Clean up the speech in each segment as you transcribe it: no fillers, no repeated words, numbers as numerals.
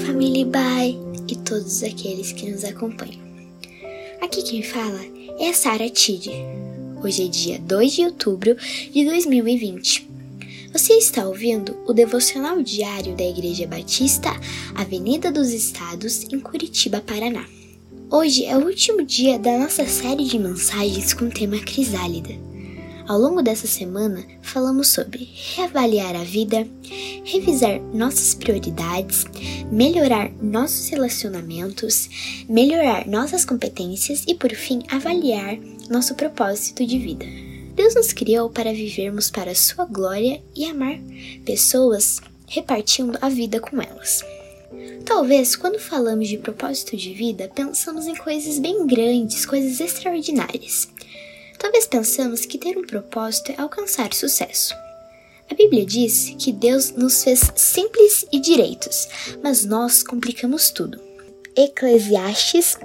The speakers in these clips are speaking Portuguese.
família Ibai e todos aqueles que nos acompanham. Aqui quem fala é a Sara Tide. Hoje é dia 2 de outubro de 2020. Você está ouvindo o devocional diário da Igreja Batista, Avenida dos Estados, em Curitiba, Paraná. Hoje é o último dia da nossa série de mensagens com o tema Crisálida. Ao longo dessa semana, falamos sobre reavaliar a vida, revisar nossas prioridades, melhorar nossos relacionamentos, melhorar nossas competências e, por fim, avaliar nosso propósito de vida. Deus nos criou para vivermos para a sua glória e amar pessoas repartindo a vida com elas. Talvez, quando falamos de propósito de vida, pensamos em coisas bem grandes, coisas extraordinárias. Talvez pensamos que ter um propósito é alcançar sucesso. A Bíblia diz que Deus nos fez simples e direitos, mas nós complicamos tudo. Eclesiastes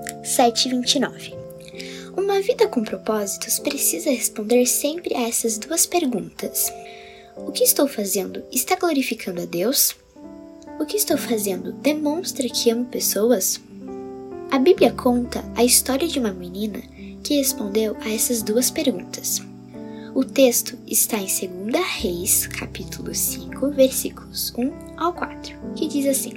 7:29. Uma vida com propósitos precisa responder sempre a essas duas perguntas. O que estou fazendo está glorificando a Deus? O que estou fazendo demonstra que amo pessoas? A Bíblia conta a história de uma menina que respondeu a essas duas perguntas. O texto está em 2 Reis, capítulo 5, versículos 1 ao 4, que diz assim: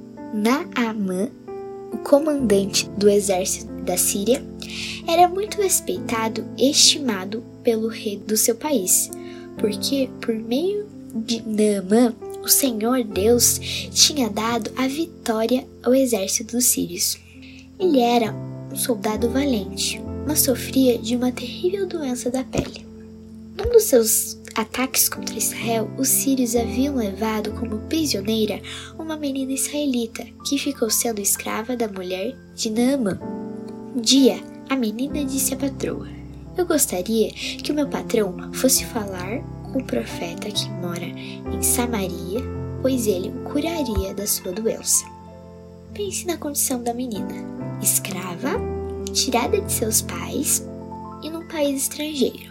Naamã, o comandante do exército da Síria, era muito respeitado e estimado pelo rei do seu país, porque por meio de Naamã, o Senhor Deus tinha dado a vitória ao exército dos sírios. Ele era um soldado valente, mas sofria de uma terrível doença da pele. Num dos seus ataques contra Israel, os sírios haviam levado como prisioneira uma menina israelita que ficou sendo escrava da mulher de Naamã. Um dia, a menina disse à patroa: Eu gostaria que o meu patrão fosse falar com o profeta que mora em Samaria, pois ele o curaria da sua doença. Pense na condição da menina: escrava, tirada de seus pais e num país estrangeiro.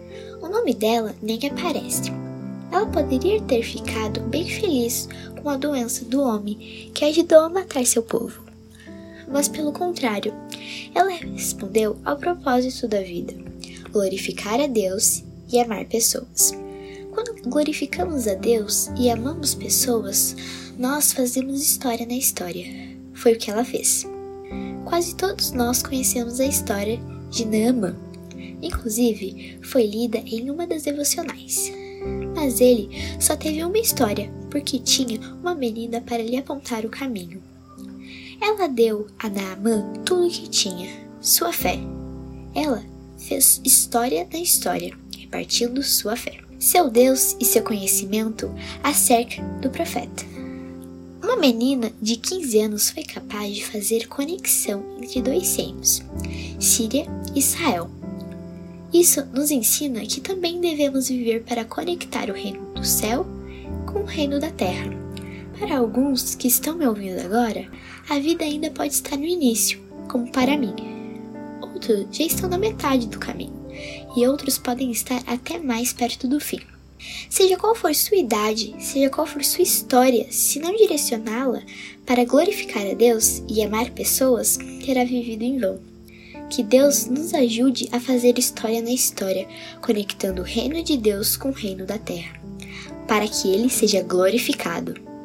O nome dela nem aparece. Ela poderia ter ficado bem feliz com a doença do homem que ajudou a matar seu povo. Mas pelo contrário, ela respondeu ao propósito da vida: glorificar a Deus e amar pessoas. Quando glorificamos a Deus e amamos pessoas, nós fazemos história na história. Foi o que ela fez. Quase todos nós conhecemos a história de Naamã. Inclusive, foi lida em uma das devocionais. Mas ele só teve uma história, porque tinha uma menina para lhe apontar o caminho. Ela deu a Naamã tudo o que tinha, sua fé. Ela fez história na história, repartindo sua fé, seu Deus e seu conhecimento acerca do profeta. Uma menina de 15 anos foi capaz de fazer conexão entre dois reinos, Síria e Israel. Isso nos ensina que também devemos viver para conectar o reino do céu com o reino da terra. Para alguns que estão me ouvindo agora, a vida ainda pode estar no início, como para mim. Outros já estão na metade do caminho, e outros podem estar até mais perto do fim. Seja qual for sua idade, seja qual for sua história, se não direcioná-la para glorificar a Deus e amar pessoas, terá vivido em vão. Que Deus nos ajude a fazer história na história, conectando o reino de Deus com o reino da terra, para que ele seja glorificado.